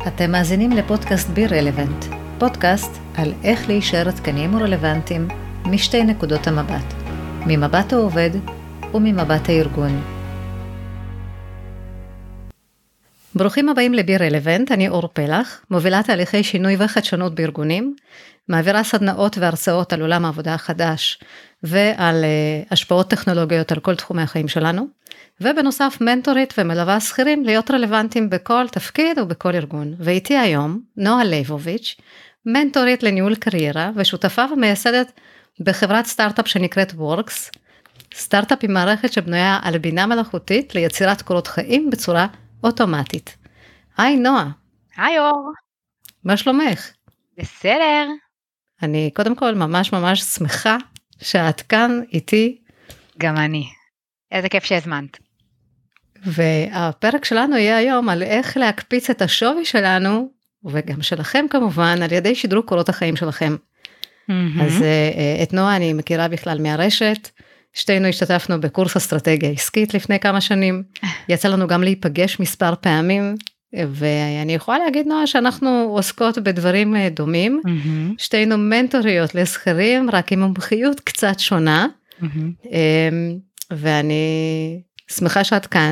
אתם מאזינים לפודקאסט בי רלוונט, פודקאסט על איך להישאר עדכניים ורלוונטיים משתי נקודות המבט, ממבט העובד וממבט הארגון. ברוכים הבאים לבי רלוונט, אני אור פלח, מובילה תהליכי שינוי וחדשנות בארגונים, מעבירה סדנאות והרצאות על עולם העבודה החדש ועל השפעות טכנולוגיות על כל תחומי החיים שלנו, ובנוסף מנטורית ומלווה שכירים להיות רלוונטיים בכל תפקיד ובכל ארגון. ואיתי היום נועה ליבוביץ', מנטורית לניהול קריירה ושותפה ומייסדת בחברת סטארט-אפ שנקראת וורקס, סטארט-אפ עם מערכת שבנויה על בינה מלאכותית ליצירת קורות חיים בצורה אוטומטית. היי נועה. היי אור. מה שלומך? בסדר. אני קודם כל ממש שמחה שאת כאן איתי. גם אני. איזה כיף שהזמנת. והפרק שלנו יהיה היום על איך להקפיץ את השווי שלנו, וגם שלכם כמובן, על ידי שדרוג קורות החיים שלכם. אז את נועה אני מכירה בכלל מהרשת, שתינו השתתפנו בקורס אסטרטגיה עסקית לפני כמה שנים, יצא לנו גם להיפגש מספר פעמים, ואני יכולה להגיד נועה שאנחנו עוסקות בדברים דומים, שתינו מנטוריות לשכירים, רק עם מומחיות קצת שונה, ואני שמחה שאת כאן,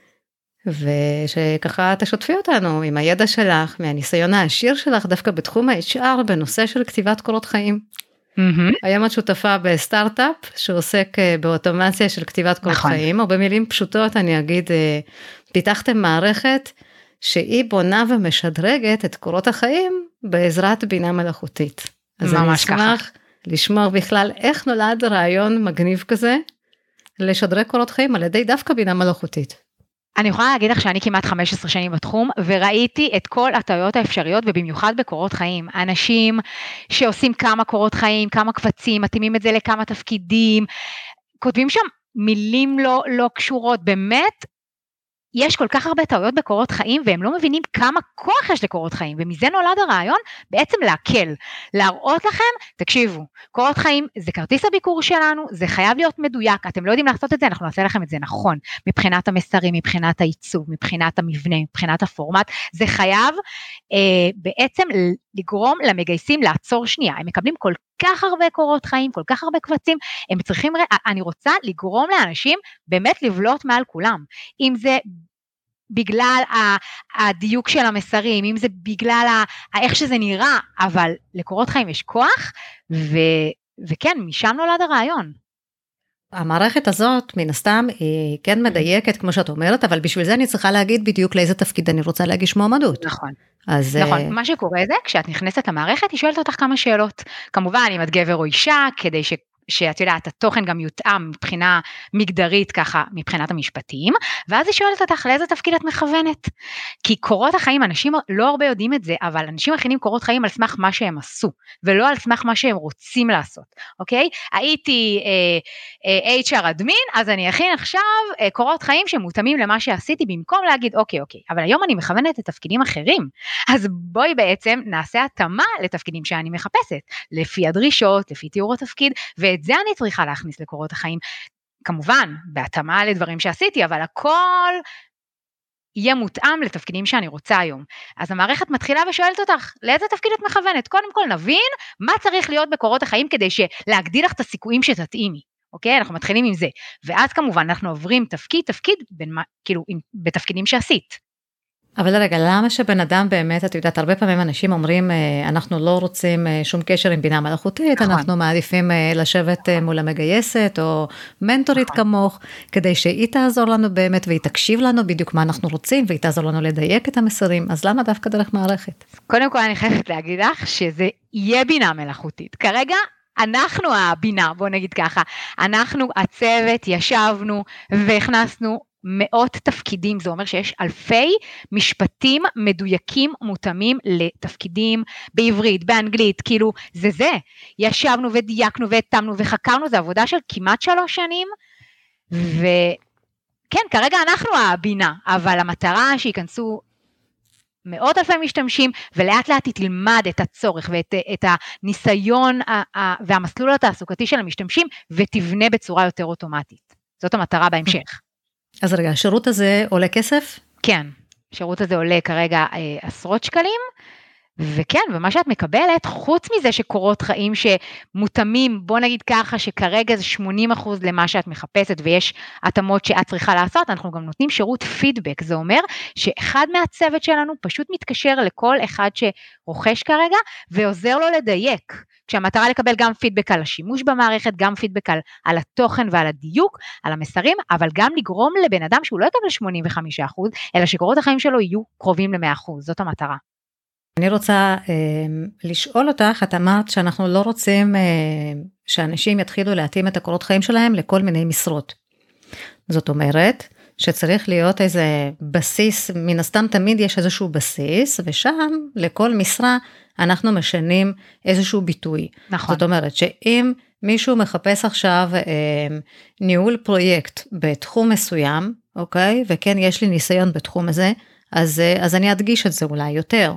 ושככה תשתפי אותנו עם הידע שלך, מהניסיון העשיר שלך, דווקא בתחום ה-HR, בנושא של כתיבת קורות חיים. היום את שותפה בסטארט-אפ, שעוסק באוטומציה של כתיבת קורות חיים, או במילים פשוטות אני אגיד, פיתחתם מערכת, שהיא בונה ומשדרגת את קורות החיים, בעזרת בינה מלאכותית. אז אני אשמח לשמוע בכלל איך נולד רעיון מגניב כזה, לשדרג קורות חיים על ידי דווקא בינה מלאכותית. אני יכולה להגיד לך שאני כמעט 15 שנים בתחום, וראיתי את כל הטעויות האפשריות, ובמיוחד בקורות חיים. אנשים שעושים כמה קורות חיים, כמה קבצים, מתאימים את זה לכמה תפקידים, כותבים שם מילים לא קשורות, באמת, יש כל כך הרבה טעויות בקורות חיים, והם לא מבינים כמה כוח יש לקורות חיים, ומזה נולד הרעיון בעצם להקל, להראות לכם, תקשיבו, קורות חיים זה כרטיס הביקור שלנו, זה חייב להיות מדויק, אתם לא יודעים לעשות את זה, אנחנו נעשה לכם את זה נכון, מבחינת המסרים, מבחינת העיצוב, מבחינת המבנה, מבחינת הפורמט, זה חייב בעצם לגרום למגייסים לעצור שנייה, הם מקבלים כל כך הרבה קורות חיים, כל כך הרבה קבצים, הם צריכים, אני רוצה לגרום לאנשים באמת לבלוט מעל כולם, אם זה בגלל הדיוק של המסרים, אם זה בגלל איך שזה נראה, אבל לקורות חיים יש כוח, וכן, משם נולד הרעיון. המערכת הזאת, מן הסתם, היא כן מדייקת, כמו שאת אומרת, אבל בשביל זה אני צריכה להגיד בדיוק לאיזה תפקיד אני רוצה להגיש מועמדות. נכון. אז נכון, מה שקורה זה, כשאת נכנסת למערכת, היא שואלת אותך כמה שאלות. כמובן, אם את גבר או אישה, כדי שאת יודעת, התוכן גם יותאם מבחינה מגדרית ככה, מבחינת המשפטיים, ואז היא שואלת אותך לאיזה תפקיד את מכוונת. כי קורות החיים, אנשים לא הרבה יודעים את זה, אבל אנשים מכינים קורות חיים על סמך מה שהם עשו, ולא על סמך מה שהם רוצים לעשות, אוקיי? הייתי HR אדמין, אז אני אכין עכשיו קורות חיים שמותאמים למה שעשיתי, במקום להגיד, אוקיי, אבל היום אני מכוונת לתפקידים אחרים, אז בואי בעצם נעשה התאמה לתפקידים שאני מחפשת, לפי הדרישות, לפי תיאור התפקיד, ואת זה אני צריכה להכניס לקורות החיים, כמובן, בהתאמה לדברים שעשיתי, אבל הכל יהיה מותאם לתפקידים שאני רוצה היום. אז המערכת מתחילה ושואלת אותך, לאיזה תפקיד את מכוונת? קודם כל נבין מה צריך להיות בקורות החיים, כדי להגדיל לך את הסיכויים שתתאימי. אוקיי? אנחנו מתחילים עם זה. ואז כמובן אנחנו עוברים תפקיד, כאילו, בתפקידים שעשית. אבל רגע, למה שבן אדם באמת, את יודעת, הרבה פעמים אנשים אומרים, אנחנו לא רוצים שום קשר עם בינה מלאכותית, אנחנו מעדיפים לשבת מול המגייסת, או מנטורית כמוך, כדי שהיא תעזור לנו באמת, והיא תקשיב לנו בדיוק מה אנחנו רוצים, והיא תעזור לנו לדייק את המסרים, אז למה דווקא דרך מערכת? קודם כל אני חייבת להגיד לך, שזה יהיה בינה מלאכותית. כרגע, אנחנו הבינה, בוא נגיד ככה, אנחנו הצוות ישבנו והכנסנו מאות תפקידים, זה אומר שיש אלפי משפטים מדויקים מותאמים לתפקידים בעברית, באנגלית, כאילו זה, ישבנו ודייקנו והתאמנו וחקרנו, זה עבודה של כמעט 3 שנים, וכן, כרגע אנחנו הבינה, אבל המטרה שיכנסו מאות אלפי משתמשים, ולאט לאט היא תלמד את הצורך ואת הניסיון והמסלול התעסוקתי של המשתמשים, ותבנה בצורה יותר אוטומטית. זאת המטרה בהמשך. אז רגע, השירות הזה עולה כסף? כן. השירות הזה עולה כרגע עשרות שקלים, וכן, ומה שאת מקבלת, חוץ מזה שקורות חיים שמותאמים, בוא נגיד ככה, שכרגע זה 80% למה שאת מחפשת, ויש התאמות שאת צריכה לעשות, אנחנו גם נותנים שירות פידבק, זה אומר שאחד מהצוות שלנו פשוט מתקשר לכל אחד שרוכש כרגע, ועוזר לו לדייק, כשהמטרה לקבל גם פידבק על השימוש במערכת, גם פידבק על התוכן ועל הדיוק, על המסרים, אבל גם לגרום לבן אדם שהוא לא יקבל 85%, אלא שקורות החיים שלו יהיו קרובים ל100%, זאת המטרה. אני רוצה לשאול אותך, את אמרת שאנחנו לא רוצים שאנשים יתחילו להתאים את הקורות חיים שלהם לכל מיני משרות. זאת אומרת שצריך להיות איזה בסיס, מן הסתם תמיד יש איזשהו בסיס, ושם לכל משרה אנחנו משנים איזשהו ביטוי. נכון. זאת אומרת שאם מישהו מחפש עכשיו ניהול פרויקט בתחום מסוים, אוקיי? וכן יש לי ניסיון בתחום הזה, אז אני אדגיש את זה אולי יותר,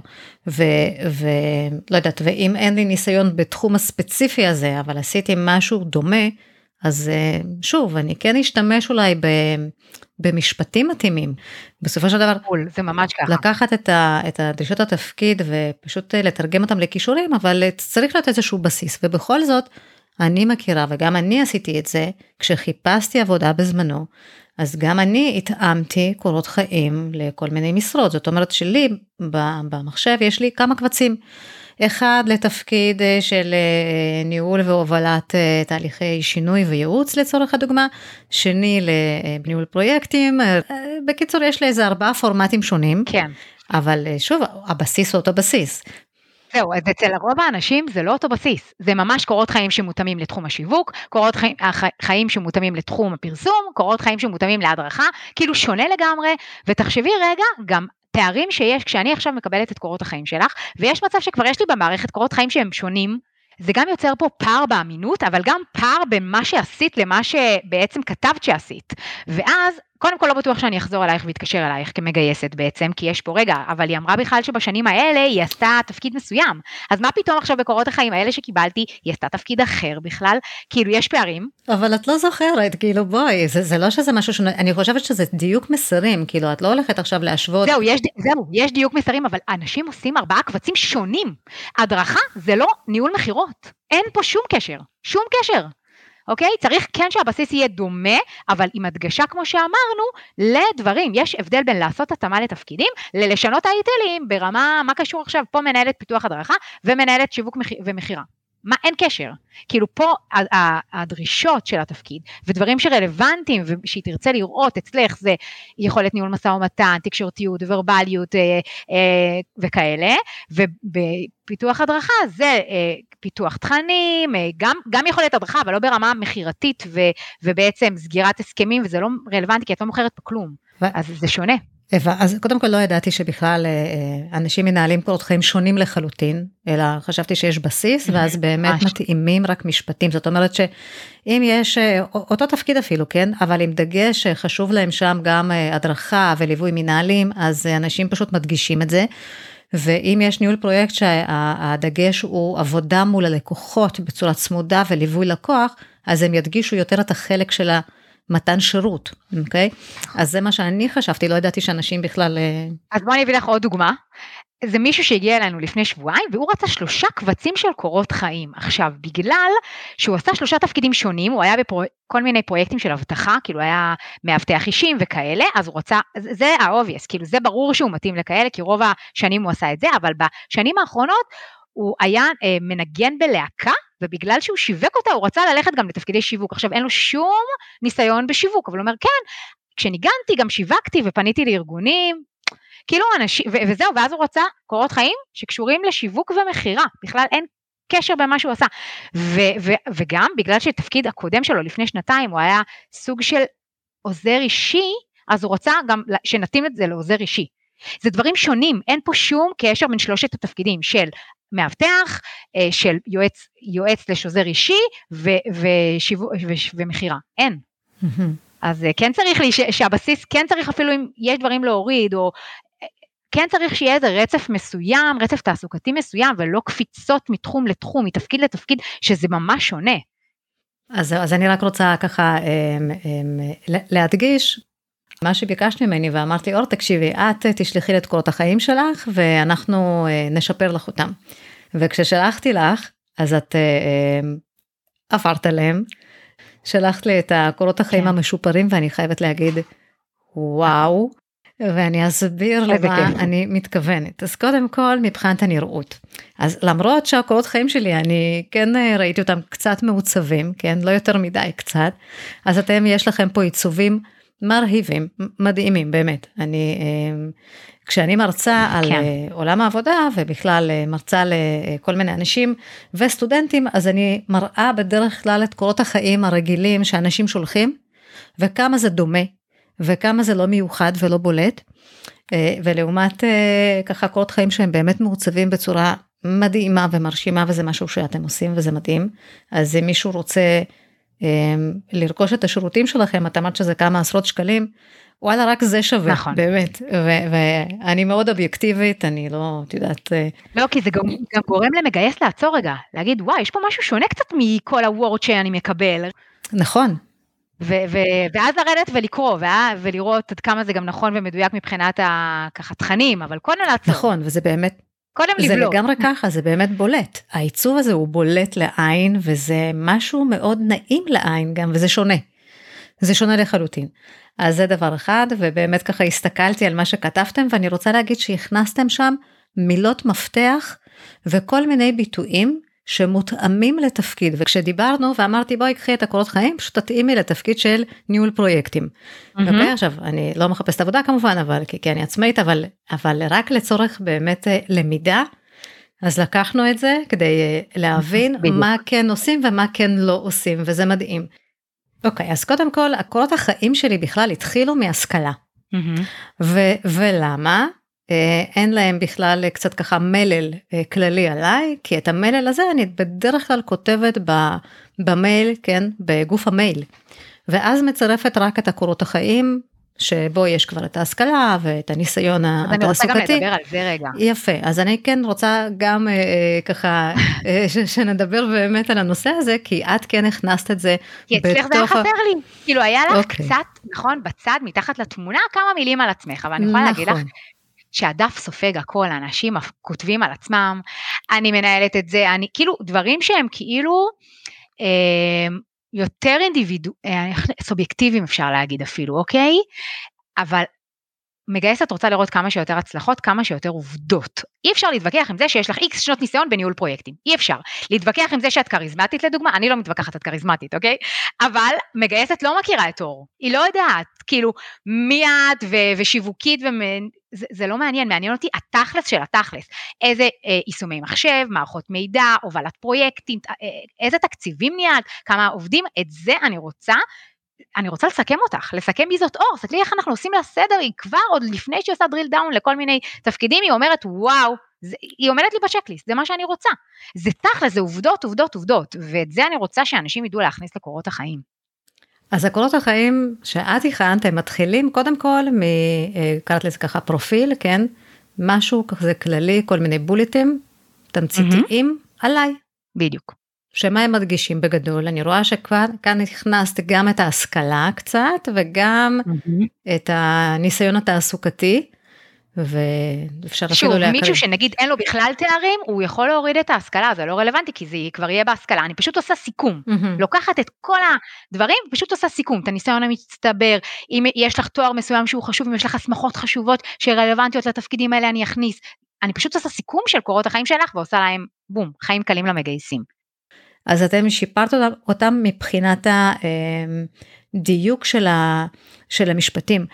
ולא יודעת, ואם אין לי ניסיון בתחום הספציפי הזה, אבל עשיתי משהו דומה, אז שוב, אני כן אשתמש אולי במשפטים מתאימים, בסופו של דבר, זה ממש ככה. לקחת את הדרישות התפקיד, ופשוט לתרגם אותם לכישורים, אבל צריך להיות איזשהו בסיס, ובכל זאת, אני מכירה, וגם אני עשיתי את זה, כשחיפשתי עבודה בזמנו, אז גם אני התאמתי קורות חיים לכל מיני משרות, זאת אומרת שלי במחשב יש לי כמה קבצים, אחד לתפקיד של ניהול והובלת תהליכי שינוי וייעוץ לצורך הדוגמה, שני לניהול פרויקטים, בקיצור יש לי איזה 4 פורמטים שונים, כן. אבל שוב הבסיס הוא אותו בסיס. זהו, אז אצל רוב האנשים זה לא אותו בסיס, זה ממש קורות חיים שמותאמים לתחום השיווק, קורות חיים שמותאמים לתחום הפרסום, קורות חיים שמותאמים להדרכה, כאילו שונה לגמרי, ותחשבי רגע, גם פערים שיש כשאני עכשיו מקבלת את קורות החיים שלך, ויש מצב שכבר יש לי במערכת קורות חיים שהם שונים, זה גם יוצר פה פער באמינות, אבל גם פער בין מה שעשית למה שבעצם כתבת שעשית, ואז קודם כל לא בטוח שאני אחזור אלייך והתקשר אלייך כמגייסת בעצם, כי יש פה רגע, אבל היא אמרה בכלל שבשנים האלה היא עשתה תפקיד מסוים, אז מה פתאום עכשיו בקורות החיים האלה שקיבלתי, היא עשתה תפקיד אחר בכלל, כאילו יש פערים. אבל את לא זוכרת, כאילו בואי, זה לא שזה משהו שונה, אני חושבת שזה דיוק מסרים, כאילו את לא הולכת עכשיו להשוות. זהו, יש דיוק מסרים, אבל אנשים עושים 4 קבצים שונים, הדרכה זה לא ניהול מחירות, אין פה שום קשר, שום קשר. אוקיי? צריך כן שהבסיס יהיה דומה, אבל עם הדגשה כמו שאמרנו, לדברים. יש הבדל בין לעשות התאמה לתפקידים, ללשנות האיטלים ברמה, מה קשור עכשיו? פה מנהלת פיתוח הדרכה, ומנהלת שיווק ומחירה. מה? אין קשר. כאילו פה הדרישות של התפקיד, ודברים שרלוונטיים, ושהיא תרצה לראות אצלך, זה יכולת ניהול משא ומתן, תקשורתיות, ורבליות, וכאלה, ובפיתוח הדרכה זה פיתוח תכנים, גם יכולת הדרכה, אבל לא ברמה מחירתית, ובעצם סגירת הסכמים, וזה לא רלוונטי, כי את לא מוכרת פה כלום, אז זה שונה. אז קודם כל לא ידעתי שבכלל אנשים מנהלים קורות חיים שונים לחלוטין, אלא חשבתי שיש בסיס, ואז באמת מתאימים רק משפטים, זאת אומרת שאם יש אותו תפקיד אפילו, כן, אבל עם דגש חשוב להם שם גם הדרכה וליווי מנהלים, אז אנשים פשוט מדגישים את זה, ואם יש ניהול פרויקט שהדגש הוא עבודה מול הלקוחות בצורה צמודה וליווי לקוח, אז הם ידגישו יותר את החלק של מתן שירות, אוקיי? אז זה מה שאני חשבתי, לא ידעתי שאנשים בכלל. אז בואי אני אביא לך עוד דוגמה, זה מישהו שהגיע אלינו לפני שבועיים, והוא רצה 3 קבצים של קורות חיים. עכשיו, בגלל שהוא עשה 3 תפקידים שונים, הוא היה בכל מיני פרויקטים של הבטחה, כאילו היה מאבטח אישים וכאלה, אז הוא רצה, זה ה-obvious, כאילו זה ברור שהוא מתאים לכאלה, כי רוב השנים הוא עשה את זה, אבל בשנים האחרונות, הוא היה מנגן בלהקה, ובגלל שהוא שיווק אותה, הוא רצה ללכת גם לתפקידי שיווק. עכשיו, אין לו שום ניסיון בשיווק, אבל הוא אומר, כן, כשניגנתי גם שיווקתי ופניתי לארגונים, כאילו אנשים, וזהו, ואז הוא רצה קורות חיים שקשורים לשיווק ומחירה, בכלל אין קשר במה שהוא עשה, וגם בגלל שתפקיד הקודם שלו לפני 2 הוא היה סוג של עוזר אישי, אז הוא רצה גם שנתאים את זה לעוזר אישי. זה דברים שונים, אין פה שום קשר בין 3 התפקידים של מאבטח, של יועץ לשעוזר אישי ומחירה, אין. אז כן צריך שהבסיס כן צריך אפילו אם יש דברים להוריד, או כן צריך שיהיה איזה רצף מסוים, רצף תעסוקתי מסוים, ולא קפיצות מתחום לתחום, מתפקיד לתפקיד, שזה ממש שונה. אז אני רק רוצה ככה להדגיש, מה שביקשת ממני ואמרתי, אור, תקשיבי, את תשלחי לי את קורות החיים שלך, ואנחנו נשפר לך אותם. וכששלחתי לך, אז את עברת עליהם, שלחת לי את הקורות החיים המשופרים, ואני חייבת להגיד, וואו, ואני אסביר למה אני מתכוונת. אז קודם כל, מבחינת הנראות. אז למרות שהקורות חיים שלי, אני כן ראיתי אותם קצת מעוצבים, כן, לא יותר מדי קצת, אז יש לכם פה עיצובים מרהיבים, מדהימים, באמת. כשאני מרצה על עולם העבודה, ובכלל מרצה לכל מיני אנשים וסטודנטים, אז אני מראה בדרך כלל את קורות החיים הרגילים שאנשים שולחים, וכמה זה דומה, וכמה זה לא מיוחד ולא בולט, ולעומת ככה קורות חיים שהם באמת מעוצבים בצורה מדהימה ומרשימה, וזה משהו שאתם עושים וזה מדהים. אז אם מישהו רוצה לרכוש את השירותים שלכם, את אמרת שזה כמה עשרות שקלים, וואלה, רק זה שווה, נכון. באמת, ואני מאוד אובייקטיבית, אני לא יודעת. לא, כי זה גם גורם למגייס לעצור רגע, להגיד, וואי, יש פה משהו שונה קצת מכל הוורד שאני מקבל. נכון. ואז לרדת ולקרוא, ולראות עד כמה זה גם נכון ומדויק מבחינת ככה תכנים, אבל קודם לעצור. נכון, וזה באמת, קודם לבלוט. זה לגמרי ככה, זה באמת בולט. העיצוב הזה הוא בולט לעין, וזה משהו מאוד נעים לעין גם, וזה שונה. זה שונה לחלוטין. אז זה דבר אחד, ובאמת ככה הסתכלתי על מה שכתבתם, ואני רוצה להגיד שהכנסתם שם מילות מפתח, וכל מיני ביטויים שמותאמים לתפקיד. וכשדיברנו ואמרתי, בואי קחי את הקורות חיים, פשוט תתאימי לתפקיד של ניהול פרויקטים. אוקיי, עכשיו, אני לא מחפשת עבודה כמובן, אבל כי אני עצמאית, אבל רק לצורך באמת למידה, אז לקחנו את זה כדי להבין מה כן עושים ומה כן לא עושים, וזה מדהים. אוקיי, אז קודם כל, הקורות החיים שלי בכלל התחילו מהשכלה. ולמה? אין להם בכלל קצת ככה מלל כללי עליי, כי את המלל הזה אני בדרך כלל כותבת במייל, כן, בגוף המייל. ואז מצרפת רק את הקורות החיים, שבו יש כבר את ההשכלה ואת הניסיון התעסוקתי. אני רוצה גם לדבר על זה רגע. יפה, אז אני כן רוצה גם ככה שנדבר באמת על הנושא הזה, כי את כן הכנסת את זה. כי אצלך זה היה חסר לי, כאילו היה לך קצת, נכון, בצד, מתחת לתמונה, כמה מילים על עצמך, אבל אני יכולה להגיד לך, שהדף סופג הכל, אנשים כותבים על עצמם, אני מנהלת את זה, כאילו דברים שהם כאילו, יותר סובייקטיביים אפשר להגיד אפילו, אוקיי? אבל מגייסת רוצה לראות כמה שיותר הצלחות, כמה שיותר עובדות. אי אפשר להתווכח עם זה שיש לך X שנות ניסיון בניהול פרויקטים. אי אפשר. להתווכח עם זה שאת קריזמטית לדוגמה, אני לא מתווכחת את קריזמטית, אוקיי? אבל מגייסת לא מכירה את אור. היא לא יודעת, כאילו, מי את ושיווקית, זה לא מעניין, מעניין אותי התכלס של התכלס. איזה יישומי מחשב, מערכות מידע, הובלת פרויקטים, איזה תקציבים ניהלת, כמה עובדים, את זה אני רוצה לסכם אותך, לסכם מי זאת אור, תסתכלי איך אנחנו עושים לה סדר, היא כבר עוד לפני שהיא עושה drill down לכל מיני תפקידים, היא אומרת וואו, היא עומדת לי בצ'קליסט, זה מה שאני רוצה, זה תכל'ס, זה עובדות, עובדות, עובדות, ואת זה אני רוצה שאנשים ידעו להכניס לקורות החיים. אז הקורות החיים שאת הכנת, הם מתחילים קודם כל, קראת לזה ככה פרופיל, כן, משהו כזה כללי, כל מיני בולטים, תמציתיים עליי. בדיוק. שמה הם מדגישים בגדול? אני רואה שכבר כאן הכנסת גם את ההשכלה קצת, וגם את הניסיון התעסוקתי, ואפשר אפילו שוב, מישהו שנגיד אין לו בכלל תארים, הוא יכול להוריד את ההשכלה, זה לא רלוונטי, כי זה כבר יהיה בהשכלה, אני פשוט עושה סיכום, לוקחת את כל הדברים, פשוט עושה סיכום, את הניסיון המצטבר, אם יש לך תואר מסוים שהוא חשוב, אם יש לך הסמכות חשובות, שרלוונטיות לתפקידים האלה אני אכניס, אני פשוט עושה סיכום של קורות החיים שלך, ועושה להם, בום, חיים קלים למגייסים. אז אתם שיפרת אותם מבחינת הדיוק של המשפטים.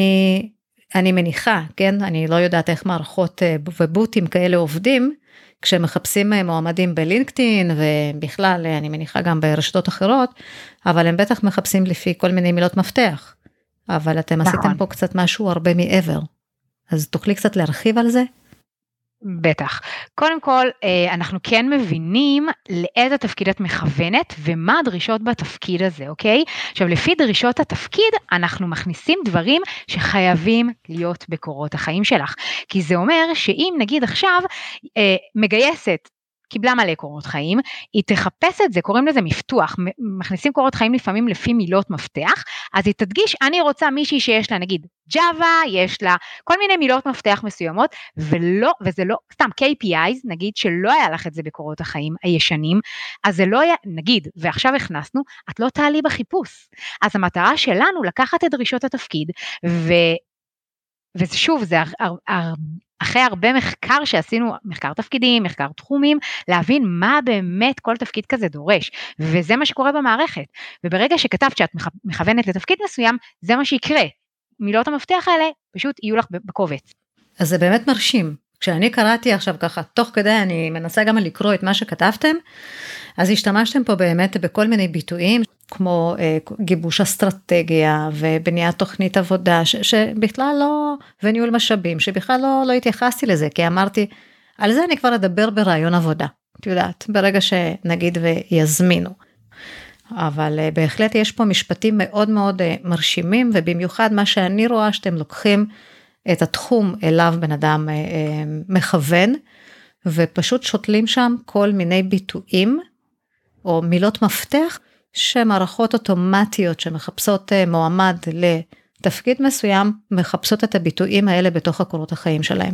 אני מניחה, כן? אני לא יודעת איך מערכות ובוטים כאלה עובדים, כשמחפשים מועמדים בלינקדאין, ובכלל אני מניחה גם ברשתות אחרות, אבל הם בטח מחפשים לפי כל מיני מילות מפתח. אבל אתם עשיתם פה קצת משהו הרבה מעבר. אז תוכלי קצת להרחיב על זה? בטח. קודם כל, אנחנו כן מבינים לאיזה תפקיד את מכוונת, ומה הדרישות בתפקיד הזה, אוקיי? עכשיו, לפי דרישות התפקיד, אנחנו מכניסים דברים שחייבים להיות בקורות החיים שלך. כי זה אומר שאם נגיד עכשיו, מגייסת, קיבלה מלא קורות חיים, היא תחפש את זה, קוראים לזה מפתוח, מכניסים קורות חיים לפעמים לפי מילות מפתח, אז היא תדגיש, אני רוצה מישהי שיש לה נגיד Java, יש לה כל מיני מילות מפתח מסוימות, וזה לא, סתם KPIs, נגיד שלא היה לך את זה בקורות החיים הישנים, אז זה לא היה, נגיד, ועכשיו הכנסנו, את לא תעלי בחיפוש, אז המטרה שלנו לקחת את דרישות התפקיד, וזה שוב, זה אחרי הרבה מחקר שעשינו, מחקר תפקידים, מחקר תחומים, להבין מה באמת כל תפקיד כזה דורש, וזה מה שקורה במערכת, וברגע שכתבת שאת מכוונת לתפקיד מסוים, זה מה שיקרה, מילות המפתח האלה פשוט יהיו לך בקובץ. אז זה באמת מרשים, כשאני קראתי עכשיו ככה, תוך כדי אני מנסה גם לקרוא את מה שכתבתם, אז השתמשתם פה באמת בכל מיני ביטויים, כמו גיבוש אסטרטגיה ובניית תוכנית עבודה, שבכלל לא, וניהול משאבים, שבכלל לא התייחסתי לזה, כי אמרתי, על זה אני כבר אדבר ברעיון עבודה, את יודעת, ברגע שנגיד ויזמינו. אבל בהחלט יש פה משפטים מאוד מאוד מרשימים, ובמיוחד מה שאני רואה שאתם לוקחים את התחום אליו בן אדם מכוון, ופשוט שותלים שם כל מיני ביטויים, או מילות מפתח, שמערכות אוטומטיות שמחפשות מועמד לתפקיד מסוים, מחפשות את הביטויים האלה בתוך הקורות החיים שלהם.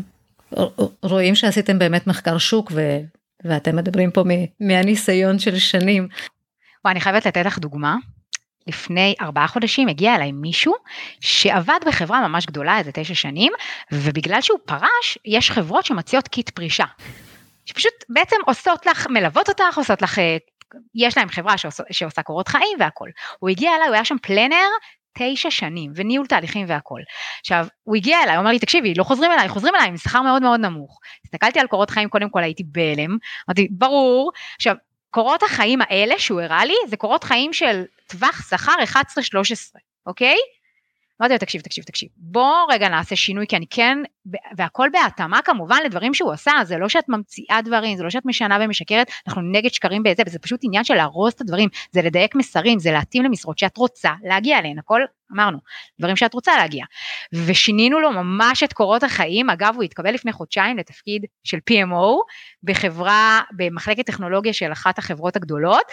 רואים שעשיתם באמת מחקר שוק, ואתם מדברים פה מהניסיון של שנים. אני חייבת לתת לך דוגמה. לפני 4 חודשים הגיע אליי מישהו שעבד בחברה ממש גדולה, איזה 9 שנים, ובגלל שהוא פרש, יש חברות שמציעות קיט פרישה. שפשוט בעצם עושות לך, מלוות אותך, עושות לך, יש להם חברה שעושה קורות חיים והכל. הוא הגיע אליי, הוא היה שם פלנר 9 שנים, וניהול תהליכים והכל. עכשיו, הוא הגיע אליי, הוא אומר לי, תקשיבי, לא חוזרים אליי, עם שכר מאוד מאוד נמוך. הסתכלתי על קורות חיים, קודם כל הייתי בהלם, אמרתי, ברור. עכשיו, קורות החיים האלה שהוא הראה לי, זה קורות חיים של טווח שכר 11-13, אוקיי? אמרתי לו, תקשיב, בוא רגע נעשה שינוי, כי אני כן, והכל בהתאמה כמובן לדברים שהוא עושה, זה לא שאת ממציאה דברים, זה לא שאת משנה ומשקרת, אנחנו נגד שקרים בזה, וזה פשוט עניין של להרוס את הדברים, זה לדייק מסרים, זה להתאים למשרות שאת רוצה להגיע אליהן, הכל אמרנו, דברים שאת רוצה להגיע, ושינינו לו ממש את קורות החיים, אגב הוא התקבל לפני חודשיים לתפקיד של PMO, בחברה, במחלקת טכנולוגיה של אחת החברות הגדולות,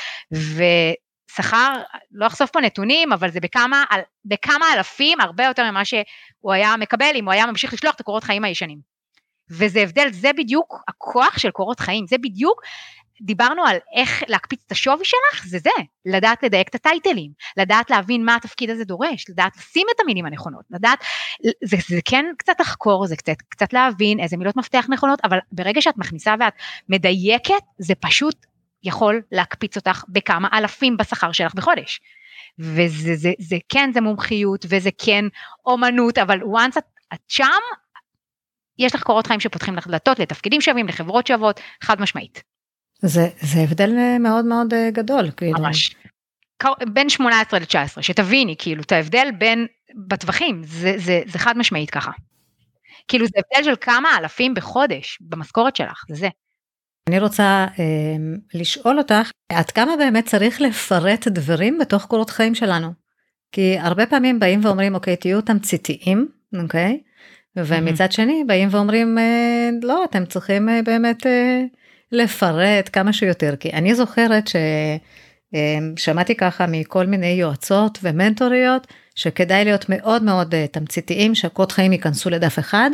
שכר, לא אחשוף פה נתונים, אבל זה בכמה אלפים, הרבה יותר ממה שהוא היה מקבל, אם הוא היה ממשיך לשלוח את הקורות חיים הישנים. וזה הבדל, זה בדיוק הכוח של קורות חיים, זה בדיוק, דיברנו על איך להקפיץ את השווי שלך, זה, לדעת לדייק את הטייטלים, לדעת להבין מה התפקיד הזה דורש, לדעת לשים את המילים הנכונות, לדעת, זה כן קצת לחקור, זה קצת להבין איזה מילות מפתח נכונות, אבל ברגע שאת מכניסה ואת מדייקת, זה פשוט יכול להקפיץ אותך בכמה אלפים בשכר שלך בחודש, וזה כן, זה מומחיות, וזה כן אומנות, אבל once את שם, יש לך קורות חיים שפותחים לך דלתות, לתפקידים שווים, לחברות שוות, חד משמעית. זה הבדל מאוד מאוד גדול. ממש. בין 18 ל-19, שתביני, כאילו, את ההבדל בין, בטווחים, זה חד משמעית ככה. כאילו, זה הבדל של כמה אלפים בחודש, במשכורת שלך, זה. אני רוצה לשאול אותך, עד כמה באמת צריך לפרט דברים בתוך קורות חיים שלנו? כי הרבה פעמים באים ואומרים, אוקיי, תהיו תמציתיים, אוקיי? ומצד שני באים ואומרים, לא, אתם צריכים באמת לפרט כמה שיותר. כי אני זוכרת ששמעתי ככה מכל מיני יועצות ומנטוריות, שכדאי להיות מאוד מאוד תמציתיים, שהקורות חיים ייכנסו לדף אחד,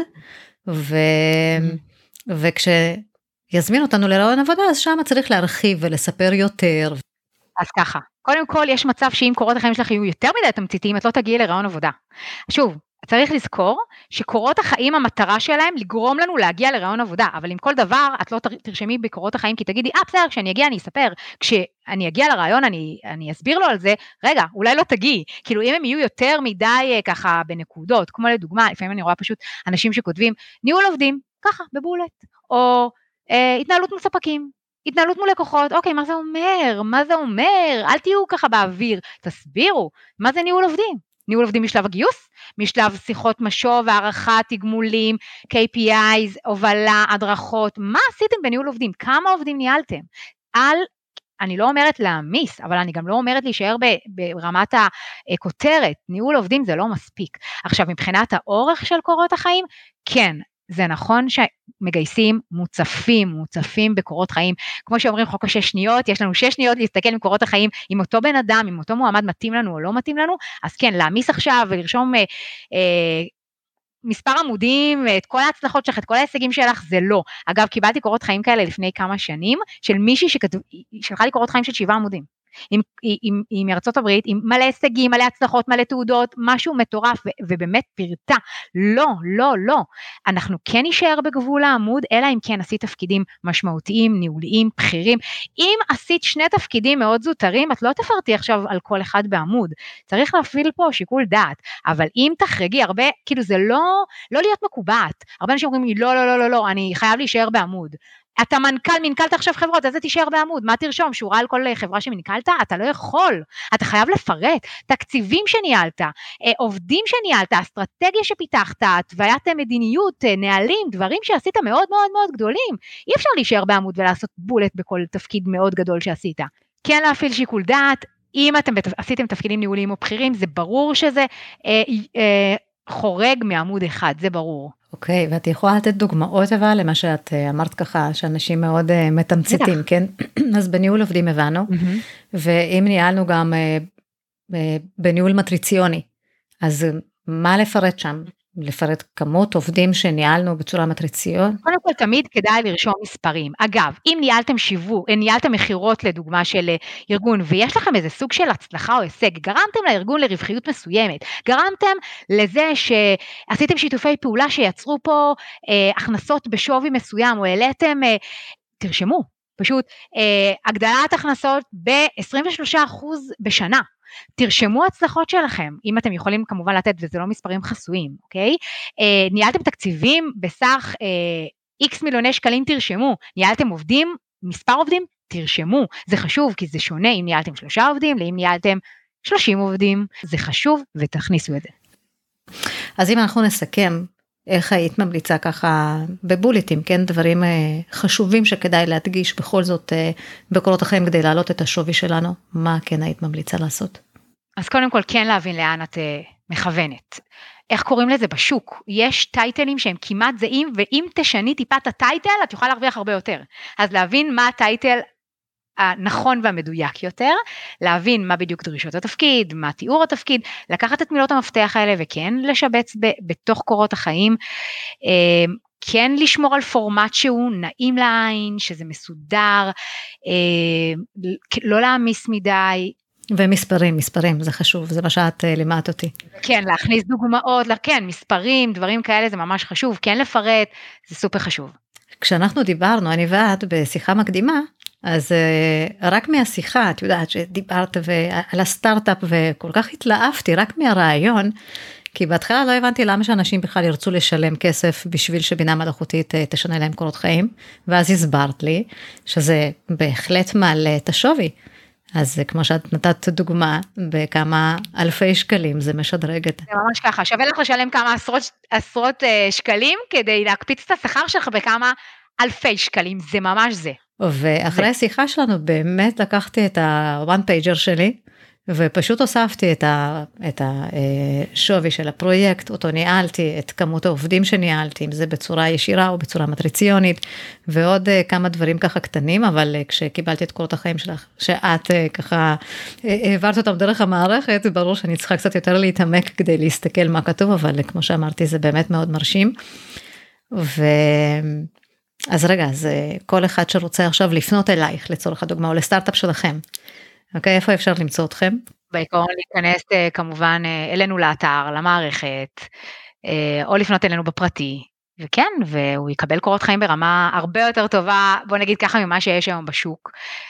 וכש... יזמין אותנו לרעיון עבודה, אז שם צריך להרחיב ולספר יותר. אז ככה, קודם כל יש מצב שאם קורות החיים שלך יהיו יותר מדי תמציתיים, את לא תגיעי לרעיון עבודה. שוב, צריך לזכור שקורות החיים המטרה שלהם לגרום לנו להגיע לרעיון עבודה, אבל עם כל דבר את לא תרשמי בקורות החיים, כי תגידי, בסדר, כשאני אגיע אני אספר, כשאני אגיע לרעיון אני אסביר לו על זה, רגע, אולי לא תגיעי, כאילו אם הם יהיו יותר מדי ככה בנקודות, כמו לדוגמה, לפעמים אני רואה פשוט אנשים שכותבים, ניהול עובדים, ככה, בבולט, או התנהלות מול ספקים, התנהלות מול לקוחות, אוקיי, מה זה אומר? מה זה אומר? אל תהיו ככה באוויר, תסבירו, מה זה ניהול עובדים? ניהול עובדים משלב הגיוס, משלב שיחות משוב, הערכת, תגמולים, KPIs, הובלה, הדרכות, מה עשיתם בניהול עובדים? כמה עובדים ניהלתם? אני לא אומרת להמיס, אבל אני גם לא אומרת להישאר ברמת הכותרת, ניהול עובדים זה לא מספיק. עכשיו, מבחינת האורך של קורות החיים, כן, זה נכון שמגייסים מוצפים בקורות חיים, כמו שאומרים חוק 6 שניות, יש לנו 6 שניות להסתכל עם קורות החיים, אם אותו בן אדם, אם אותו מועמד מתאים לנו או לא מתאים לנו, אז כן, להעמיס עכשיו ולרשום מספר עמודים, את כל ההצלחות שלך, את כל ההישגים שלך, זה לא. אגב, קיבלתי קורות חיים כאלה לפני כמה שנים, של מישהי שלחה לי קורות חיים של 7 עמודים. עם ארצות הברית, עם מלא הישגים, מלא הצלחות, מלא תעודות, משהו מטורף, ובאמת פרטה. לא. אנחנו כן נשאר בגבול העמוד, אלא אם כן עשית תפקידים משמעותיים, ניהוליים, בכירים. אם עשית 2 תפקידים מאוד זוטרים, את לא תפרטי עכשיו על כל אחד בעמוד. צריך להפעיל פה שיקול דעת. אבל אם תחרגי הרבה, כאילו זה לא להיות מקובעת. הרבה אנשים אומרים לי, לא, אני חייב להישאר בעמוד. אתה מנכ"לת עכשיו חברות, אז זה תישאר בעמוד, מה תרשום? שורה על כל חברה שמנכלת? אתה לא יכול, אתה חייב לפרט, תקציבים שניהלת, עובדים שניהלת, אסטרטגיה שפיתחת, התוויית מדיניות, נהלים, דברים שעשית מאוד מאוד מאוד גדולים, אי אפשר להישאר בעמוד ולעשות בולט בכל תפקיד מאוד גדול שעשית. כן להפעיל שיקול דעת, אם אתם עשיתם תפקידים ניהוליים או בכירים, זה ברור שזה חורג מעמוד אחד, זה ברור. אוקיי, ואת יכולה לתת דוגמאות אבל למה שאת אמרת ככה, שאנשים מאוד מתמציתים, כן? אז בניהול עובדים הבנו, ואם ניהלנו גם בניהול מטריציוני, אז מה לפרט שם? לפרט כמות עובדים שניהלנו בצורה מטריציון? קודם כל תמיד כדאי לרשום מספרים. אגב, אם ניהלתם מחירות לדוגמה של ארגון, ויש לכם איזה סוג של הצלחה או הישג, גרמתם לארגון לרווחיות מסוימת, גרמתם לזה שעשיתם שיתופי פעולה שיצרו פה הכנסות בשווי מסוים, או העליתם, תרשמו, פשוט הגדלת הכנסות ב-23% בשנה. תרשמו הצלחות שלכם, אם אתם יכולים כמובן לתת, וזה לא מספרים חסויים, אוקיי? ניהלתם תקציבים בסך X מיליוני שקלים, תרשמו. ניהלתם עובדים, מספר עובדים, תרשמו. זה חשוב, כי זה שונה אם ניהלתם 3 עובדים, לאם ניהלתם 30 עובדים. זה חשוב, ותכניסו את זה. אז אם אנחנו נסכם, איך היית ממליצה ככה בבולטים, כן? דברים חשובים שכדאי להדגיש בכל זאת בקורות החיים כדי להעלות את השווי שלנו, מה כן היית ממליצה לעשות? אז קודם כל כן להבין לאן את מכוונת. איך קוראים לזה בשוק? יש טייטלים שהם כמעט זהים, ואם תשני טיפה את הטייטל, את יכולה להרוויח הרבה יותר. אז להבין מה הטייטל הנכון והמדויק יותר, להבין מה בדיוק דרישות התפקיד, מה תיאור התפקיד, לקחת את מילות המפתח האלה וכן לשבץ בתוך קורות החיים, כן לשמור על פורמט שהוא נעים לעין, שזה מסודר, לא להעמיס מדי. ומספרים, זה חשוב, זה מה שאת לימדת אותי. כן, להכניס דוגמאות, כן, מספרים, דברים כאלה זה ממש חשוב, כן לפרט, זה סופר חשוב. כשאנחנו דיברנו, אני ואת בשיחה מקדימה, אז רק מהשיחה, את יודעת שדיברת על הסטארט-אפ וכל כך התלהבתי, רק מהרעיון, כי בהתחלה לא הבנתי למה שאנשים בכלל ירצו לשלם כסף בשביל שבינה מלאכותית תשנה להם קורות חיים, ואז הסברת לי שזה בהחלט מעלה את השווי. אז כמו שאת נתת דוגמה, בכמה אלפי שקלים זה משדרג את... זה ממש ככה, שווה לך לשלם כמה עשרות שקלים, כדי להקפיץ את השכר שלך בכמה אלפי שקלים, זה ממש זה. ואחרי השיחה שלנו באמת לקחתי את ה-one pager שלי, ופשוט הוספתי את השווי של הפרויקט, אותו ניהלתי, את כמות העובדים שניהלתי, אם זה בצורה ישירה או בצורה מטריציונית, ועוד כמה דברים ככה קטנים, אבל כשקיבלתי את קורות החיים שלך, שאת ככה העברת אותם דרך המערכת, ברור שאני צריכה קצת יותר להתעמק כדי להסתכל מה כתוב, אבל כמו שאמרתי, זה באמת מאוד מרשים. אז רגע, אז כל אחד שרוצה עכשיו לפנות אלייך, לצורך הדוגמה, או לסטארט-אפ שלכם, אוקיי, איפה אפשר למצוא אתכם? בעיקרון להיכנס כמובן אלינו לאתר, למערכת, או לפנות אלינו בפרטי, וכן, והוא יקבל קורות חיים ברמה הרבה יותר טובה, בוא נגיד ככה ממה שיש היום בשוק,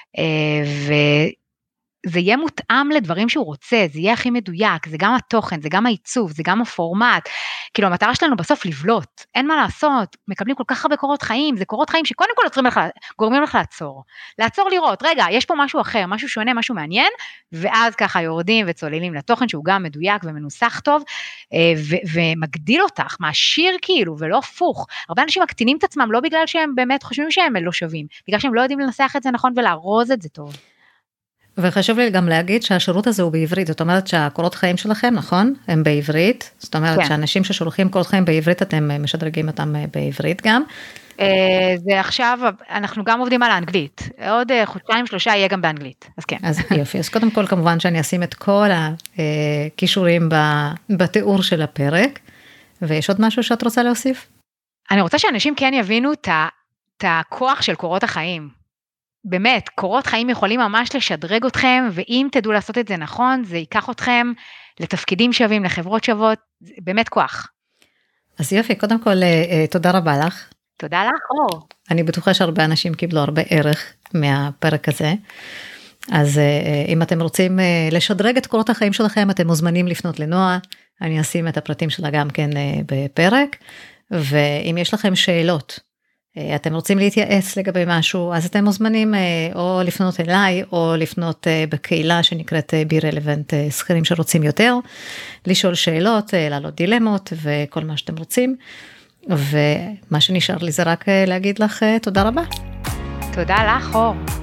זה יהיה מותאם לדברים שהוא רוצה, זה יהיה הכי מדויק, זה גם התוכן, זה גם העיצוב, זה גם הפורמט, כאילו המטרה שלנו בסוף לבלוט, אין מה לעשות, מקבלים כל כך הרבה קורות חיים, זה קורות חיים שקודם כל גורמים לך לעצור לראות, רגע, יש פה משהו אחר, משהו שונה, משהו מעניין, ואז ככה יורדים וצוללים לתוכן שהוא גם מדויק ומנוסח טוב, ומגדיל אותך, מעשיר כאילו, ולא הפוך, הרבה אנשים מקטינים את עצמם, לא בגלל שהם באמת חושבים שהם לא שווים, בגלל שהם לא יודעים לנסח את זה נכון ולארוז את זה טוב. וחשוב לי גם להגיד שהשירות הזה הוא בעברית, זאת אומרת שהקורות חיים שלכם, נכון? הם בעברית, זאת אומרת כן. שאנשים ששולחים קורות חיים בעברית, אתם משדרגים אותם בעברית גם. זה עכשיו, אנחנו גם עובדים על האנגלית, עוד חודשיים, 3 יהיה גם באנגלית, אז כן. אז יופי, אז קודם כל כמובן שאני אשים את כל הכישורים בתיאור של הפרק, ויש עוד משהו שאת רוצה להוסיף? אני רוצה שאנשים כן יבינו את הכוח של קורות החיים. באמת, קורות חיים יכולים ממש לשדרג אתכם, ואם תדעו לעשות את זה נכון, זה ייקח אתכם לתפקידים שווים, לחברות שוות, זה באמת כוח. אז יופי, קודם כל תודה רבה לך. תודה לך, אור. אני בטוחה שהרבה אנשים קיבלו הרבה ערך מהפרק הזה. אז אם אתם רוצים לשדרג את קורות החיים שלכם, אתם מוזמנים לפנות לנועה, אני אשים את הפרטים שלה גם כן בפרק, ואם יש לכם שאלות, אתם רוצים להתייעץ לגבי משהו, אז אתם מוזמנים או לפנות אליי, או לפנות בקהילה שנקראת Be Relevant, שכירים שרוצים יותר, לשאול שאלות, לעלות דילמות וכל מה שאתם רוצים, ומה שנשאר לי זה רק להגיד לך תודה רבה. תודה לך, אור.